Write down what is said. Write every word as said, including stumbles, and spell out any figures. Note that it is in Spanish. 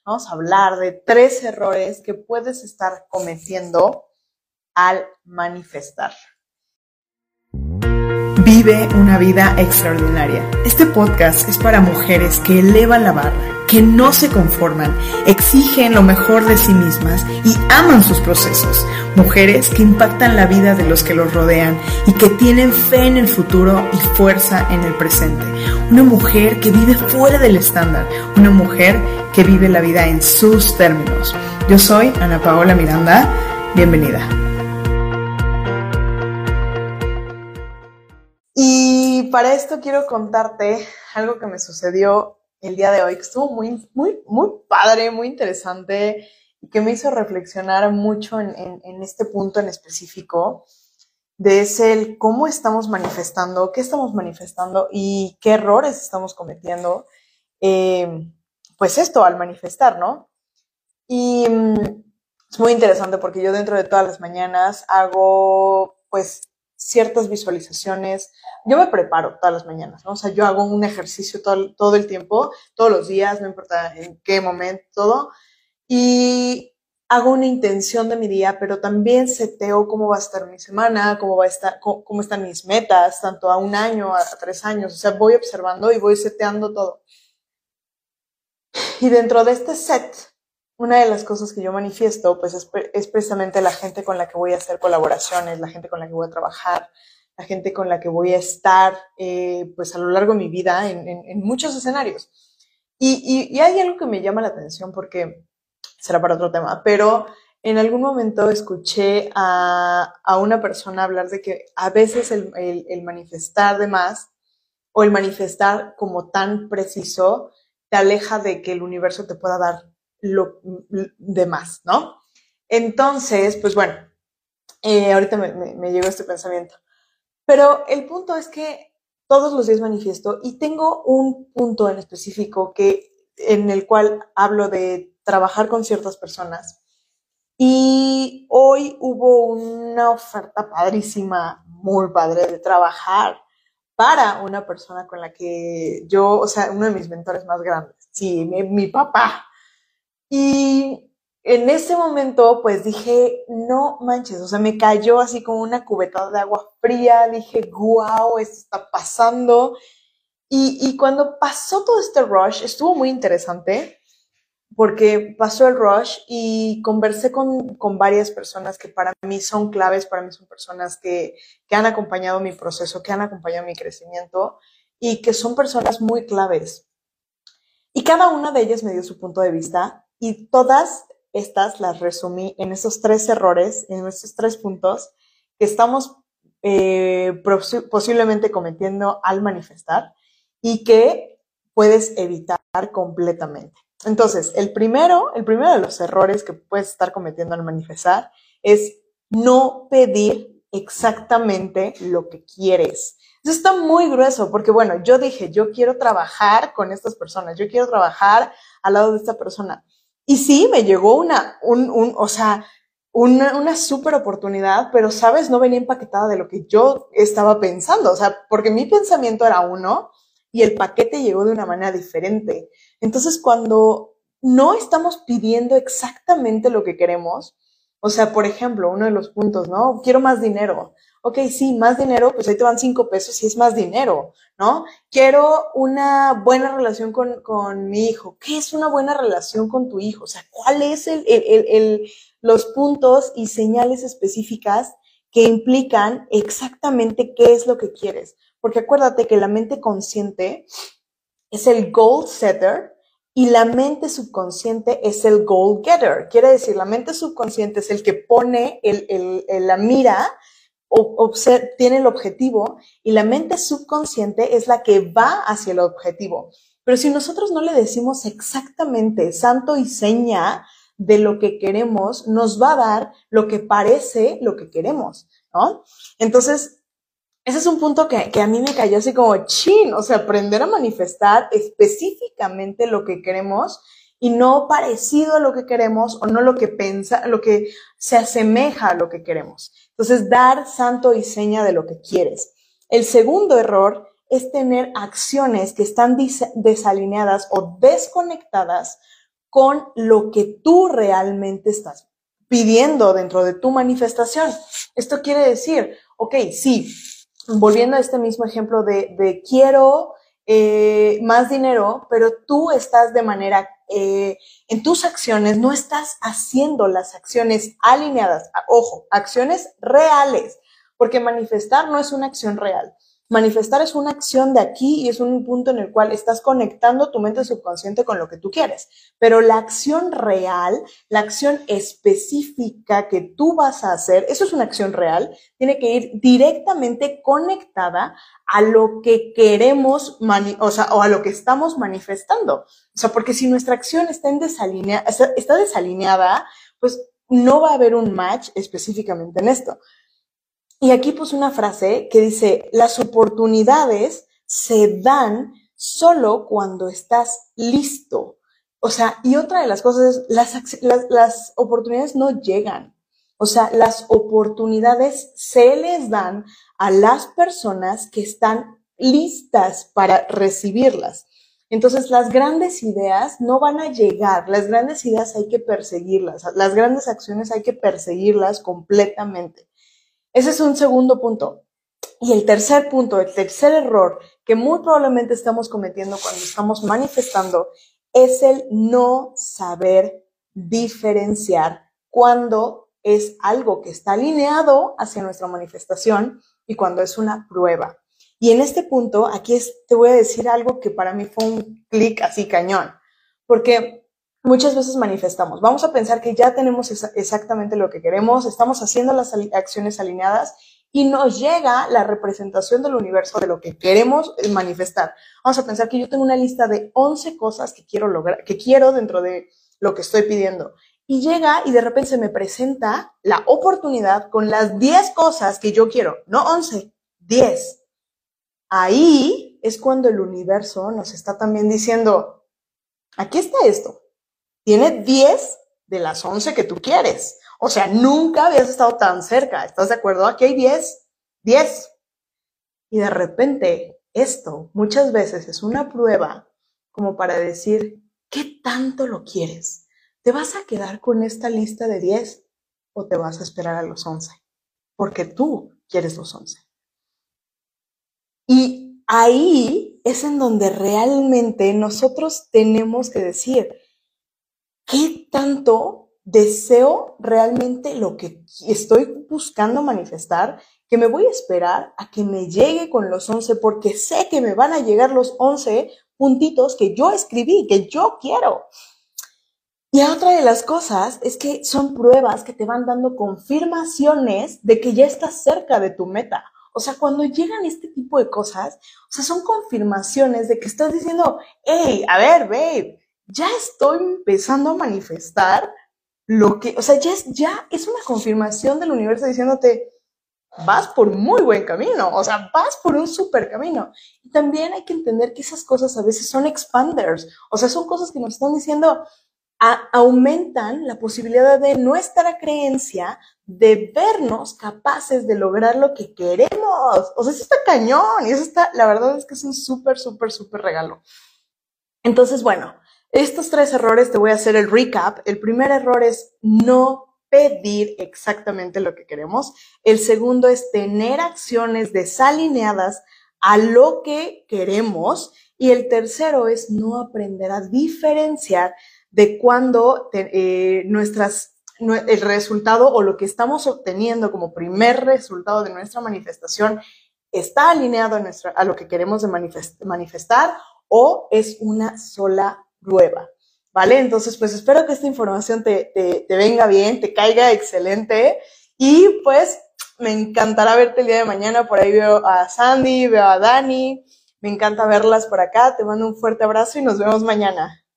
Vamos a hablar de tres errores que puedes estar cometiendo al manifestar. Vive una vida extraordinaria. Este podcast es para mujeres que elevan la barra, que no se conforman, exigen lo mejor de sí mismas y aman sus procesos. Mujeres que impactan la vida de los que los rodean y que tienen fe en el futuro y fuerza en el presente. Una mujer que vive fuera del estándar. Una mujer que vive la vida en sus términos. Yo soy Ana Paola Miranda. Bienvenida. Y para esto quiero contarte algo que me sucedió el día de hoy, que estuvo muy, muy, muy padre, muy interesante y que me hizo reflexionar mucho en, en, en este punto en específico, de ese el cómo estamos manifestando, qué estamos manifestando y qué errores estamos cometiendo, eh, pues esto, al manifestar, ¿no? Y mm, es muy interesante porque yo dentro de todas las mañanas hago, pues, ciertas visualizaciones. Yo me preparo todas las mañanas, ¿no? O sea, yo hago un ejercicio todo, todo el tiempo, todos los días, no importa en qué momento, todo, y hago una intención de mi día, pero también seteo cómo va a estar mi semana, cómo va a estar, cómo, cómo están mis metas, tanto a un año, a, a tres años, o sea, voy observando y voy seteando todo. Y dentro de este set, una de las cosas que yo manifiesto, pues es, es precisamente la gente con la que voy a hacer colaboraciones, la gente con la que voy a trabajar, la gente con la que voy a estar, eh, pues a lo largo de mi vida en, en, en muchos escenarios. Y, y, y hay algo que me llama la atención porque será para otro tema, pero en algún momento escuché a, a una persona hablar de que a veces el, el, el manifestar de más o el manifestar como tan preciso te aleja de que el universo te pueda dar lo demás, ¿no? Entonces, pues bueno, eh, ahorita me, me, me llegó este pensamiento. Pero el punto es que todos los días manifiesto y tengo un punto en específico que, en el cual hablo de trabajar con ciertas personas. Y hoy hubo una oferta padrísima, muy padre, de trabajar para una persona con la que yo, o sea, uno de mis mentores más grandes, sí, mi, mi papá. Y en ese momento, pues dije, no manches, o sea, me cayó así como una cubetada de agua fría, dije, guau, esto está pasando. Y, y cuando pasó todo este rush, estuvo muy interesante, porque pasó el rush y conversé con, con varias personas que para mí son claves, para mí son personas que, que han acompañado mi proceso, que han acompañado mi crecimiento y que son personas muy claves. Y cada una de ellas me dio su punto de vista y todas estas las resumí en esos tres errores, en esos tres puntos que estamos eh, posiblemente cometiendo al manifestar y que puedes evitar completamente. Entonces, el primero, el primero de los errores que puedes estar cometiendo al manifestar es no pedir exactamente lo que quieres. Eso está muy grueso porque, bueno, yo dije, yo quiero trabajar con estas personas, yo quiero trabajar al lado de esta persona. Y sí, me llegó una, un, un, o sea, una, una súper oportunidad, pero, ¿sabes? No venía empaquetada de lo que yo estaba pensando, o sea, porque mi pensamiento era uno y el paquete llegó de una manera diferente. Entonces, cuando no estamos pidiendo exactamente lo que queremos, o sea, por ejemplo, uno de los puntos, ¿no? Quiero más dinero. Ok, sí, más dinero, pues ahí te van cinco pesos y es más dinero, ¿no? Quiero una buena relación con, con mi hijo. ¿Qué es una buena relación con tu hijo? O sea, ¿cuál es el, el, el, el, los puntos y señales específicas que implican exactamente qué es lo que quieres? Porque acuérdate que la mente consciente es el goal setter y la mente subconsciente es el goal getter. Quiere decir, la mente subconsciente es el que pone el, el, el, la mira, observa, tiene el objetivo, y la mente subconsciente es la que va hacia el objetivo. Pero si nosotros no le decimos exactamente santo y seña de lo que queremos, nos va a dar lo que parece lo que queremos, ¿no? Entonces, ese es un punto que, que a mí me cayó así como chin, o sea, aprender a manifestar específicamente lo que queremos y no parecido a lo que queremos o no lo que pensa, lo que se asemeja a lo que queremos. Entonces, dar santo y seña de lo que quieres. El segundo error es tener acciones que están desalineadas o desconectadas con lo que tú realmente estás pidiendo dentro de tu manifestación. Esto quiere decir, ok, sí, volviendo a este mismo ejemplo de, de quiero eh, más dinero, pero tú estás de manera, eh, en tus acciones no estás haciendo las acciones alineadas. Ojo, acciones reales, porque manifestar no es una acción real. Manifestar es una acción de aquí y es un punto en el cual estás conectando tu mente subconsciente con lo que tú quieres. Pero la acción real, la acción específica que tú vas a hacer, eso es una acción real, tiene que ir directamente conectada a lo que queremos, mani- o sea, o a lo que estamos manifestando. O sea, porque si nuestra acción está, en desalinea- está desalineada, pues no va a haber un match específicamente en esto. Y aquí puse una frase que dice, las oportunidades se dan solo cuando estás listo. O sea, y otra de las cosas es, las, las, las oportunidades no llegan. O sea, las oportunidades se les dan a las personas que están listas para recibirlas. Entonces, las grandes ideas no van a llegar. Las grandes ideas hay que perseguirlas. Las grandes acciones hay que perseguirlas completamente. Ese es un segundo punto. Y el tercer punto, el tercer error que muy probablemente estamos cometiendo cuando estamos manifestando es el no saber diferenciar cuando es algo que está alineado hacia nuestra manifestación y cuando es una prueba. Y en este punto, aquí es, te voy a decir algo que para mí fue un clic así cañón, porque muchas veces manifestamos. Vamos a pensar que ya tenemos exactamente lo que queremos, estamos haciendo las acciones alineadas y nos llega la representación del universo de lo que queremos manifestar. Vamos a pensar que yo tengo una lista de once cosas que quiero lograr, que quiero dentro de lo que estoy pidiendo. Y llega y de repente se me presenta la oportunidad con las diez cosas que yo quiero, no once, diez. Ahí es cuando el universo nos está también diciendo, aquí está esto. Tiene diez de las once que tú quieres. O sea, nunca habías estado tan cerca. ¿Estás de acuerdo? Aquí hay diez. diez. Y de repente, esto muchas veces es una prueba como para decir, ¿qué tanto lo quieres? ¿Te vas a quedar con esta lista de diez o te vas a esperar a los once? Porque tú quieres los once. Y ahí es en donde realmente nosotros tenemos que decir, ¿qué tanto deseo realmente lo que estoy buscando manifestar? Que me voy a esperar a que me llegue con los once porque sé que me van a llegar los once puntitos que yo escribí, que yo quiero. Y otra de las cosas es que son pruebas que te van dando confirmaciones de que ya estás cerca de tu meta. O sea, cuando llegan este tipo de cosas, o sea, son confirmaciones de que estás diciendo, hey, a ver, babe, ya estoy empezando a manifestar lo que, o sea, ya es, ya es una confirmación del universo diciéndote, vas por muy buen camino, o sea, vas por un súper camino. Y también hay que entender que esas cosas a veces son expanders, o sea, son cosas que nos están diciendo, a, aumentan la posibilidad de nuestra creencia de vernos capaces de lograr lo que queremos. O sea, eso está cañón, y eso está, la verdad es que es un súper, súper, súper regalo. Entonces, bueno, estos tres errores te voy a hacer el recap. El primer error es no pedir exactamente lo que queremos. El segundo es tener acciones desalineadas a lo que queremos. Y el tercero es no aprender a diferenciar de cuando te, eh, nuestras, el resultado o lo que estamos obteniendo como primer resultado de nuestra manifestación está alineado a, nuestra, a lo que queremos de manifest, manifestar o es una sola prueba, ¿vale? Entonces, pues espero que esta información te, te, te venga bien, te caiga excelente y pues me encantará verte el día de mañana. Por ahí veo a Sandy, veo a Dani, me encanta verlas por acá. Te mando un fuerte abrazo y nos vemos mañana.